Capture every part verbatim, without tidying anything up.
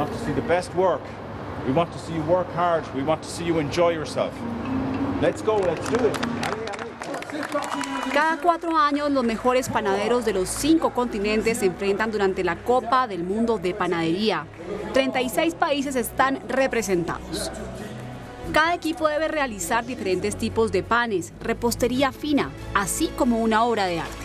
want to see the best work. We want to see you work hard. We want to see you enjoy yourself. Let's go, let's do it. Cada cuatro años, los mejores panaderos de los cinco continentes se enfrentan durante la Copa del Mundo de Panadería. treinta y seis países están representados. Cada equipo debe realizar diferentes tipos de panes, repostería fina, así como una obra de arte.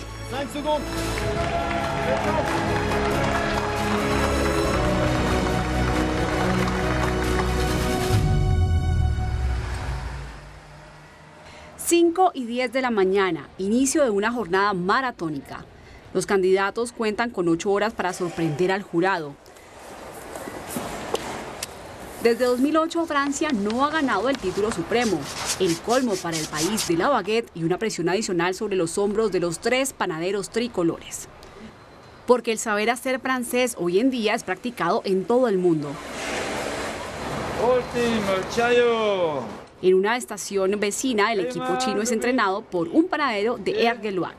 cinco y diez de la mañana, inicio de una jornada maratónica. Los candidatos cuentan con ocho horas para sorprender al jurado. Desde dos mil ocho, Francia no ha ganado el título supremo, el colmo para el país de la baguette y una presión adicional sobre los hombros de los tres panaderos tricolores. Porque el saber hacer francés hoy en día es practicado en todo el mundo. En una estación vecina, el equipo chino es entrenado por un panadero de Ergueluac.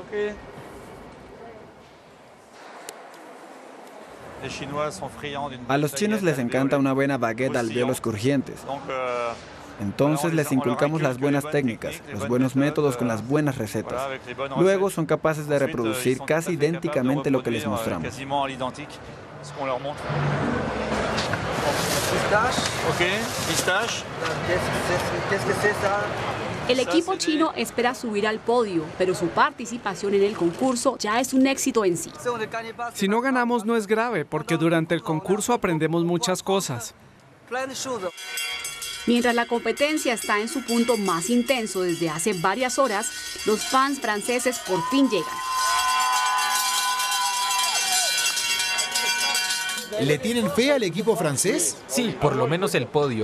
A los chinos les encanta una buena baguette alvéolos crujientes. Entonces les inculcamos las buenas técnicas, los buenos métodos con las buenas recetas. Luego son capaces de reproducir casi idénticamente lo que les mostramos. El equipo chino espera subir al podio, pero su participación en el concurso ya es un éxito en sí. Si no ganamos no es grave, porque durante el concurso aprendemos muchas cosas. Mientras la competencia está en su punto más intenso desde hace varias horas, los fans franceses por fin llegan. ¿Le tienen fe al equipo francés? Sí, por lo menos el podio.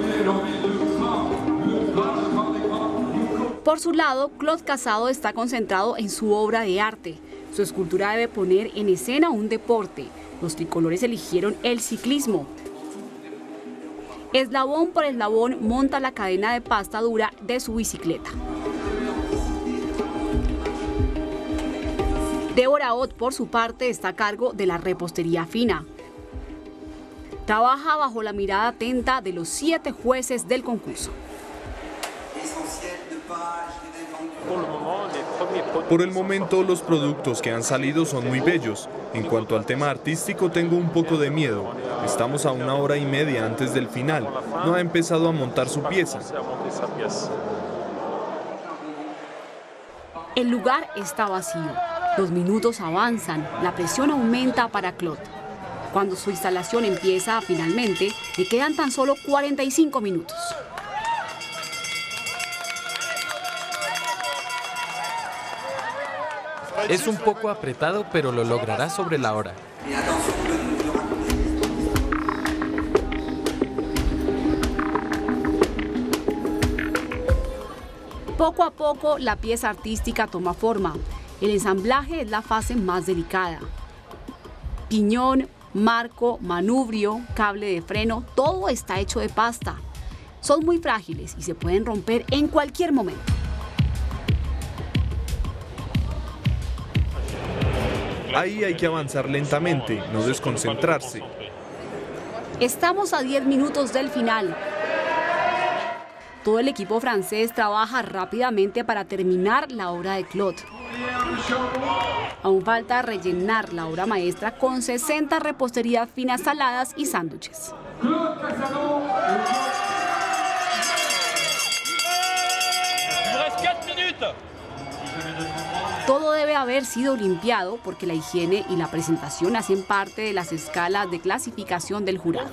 Por su lado, Claude Casado está concentrado en su obra de arte. Su escultura debe poner en escena un deporte. Los tricolores eligieron el ciclismo. Eslabón por eslabón monta la cadena de pasta dura de su bicicleta. Débora Ott, por su parte, está a cargo de la repostería fina. Trabaja bajo la mirada atenta de los siete jueces del concurso. Por el momento, los productos que han salido son muy bellos. En cuanto al tema artístico, tengo un poco de miedo. Estamos a una hora y media antes del final. No ha empezado a montar su pieza. El lugar está vacío. Los minutos avanzan. La presión aumenta para Claude. Cuando su instalación empieza finalmente, le quedan tan solo cuarenta y cinco minutos. Es un poco apretado, pero lo logrará sobre la hora. Poco a poco, la pieza artística toma forma. El ensamblaje es la fase más delicada. Piñón, marco, manubrio, cable de freno, todo está hecho de pasta. Son muy frágiles y se pueden romper en cualquier momento. Ahí hay que avanzar lentamente, no desconcentrarse. Estamos a diez minutos del final. Todo el equipo francés trabaja rápidamente para terminar la obra de Claude. Aún falta rellenar la obra maestra con sesenta reposterías finas saladas y sándwiches. Todo debe haber sido limpiado porque la higiene y la presentación hacen parte de las escalas de clasificación del jurado.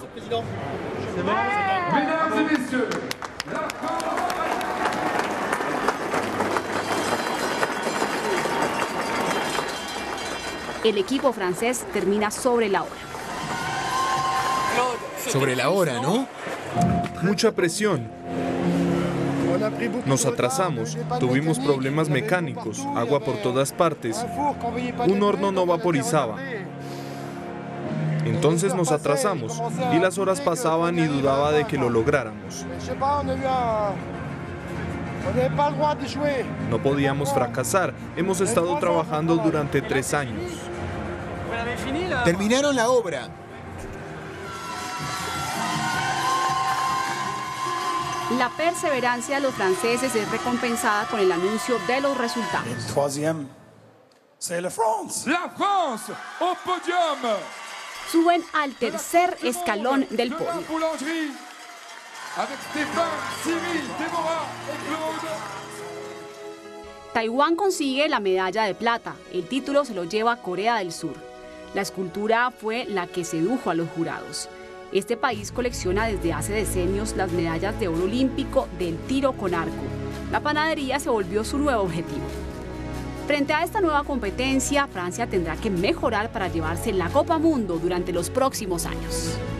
El equipo francés termina sobre la hora. Sobre la hora, ¿no? Mucha presión. Nos atrasamos, tuvimos problemas mecánicos, agua por todas partes. Un horno no vaporizaba. Entonces nos atrasamos y las horas pasaban y dudaba de que lo lográramos. No podíamos fracasar. Hemos estado trabajando durante tres años. Terminaron la obra. La perseverancia de los franceses es recompensada con el anuncio de los resultados. El troisième, c'est la France. La France au podium. Suben al tercer escalón del podio. Avec Stéphane, Cyril, Déborah et Claude. Taiwán consigue la medalla de plata. El título se lo lleva Corea del Sur. La escultura fue la que sedujo a los jurados. Este país colecciona desde hace decenios las medallas de oro olímpico del tiro con arco. La panadería se volvió su nuevo objetivo. Frente a esta nueva competencia, Francia tendrá que mejorar para llevarse la Copa Mundo durante los próximos años.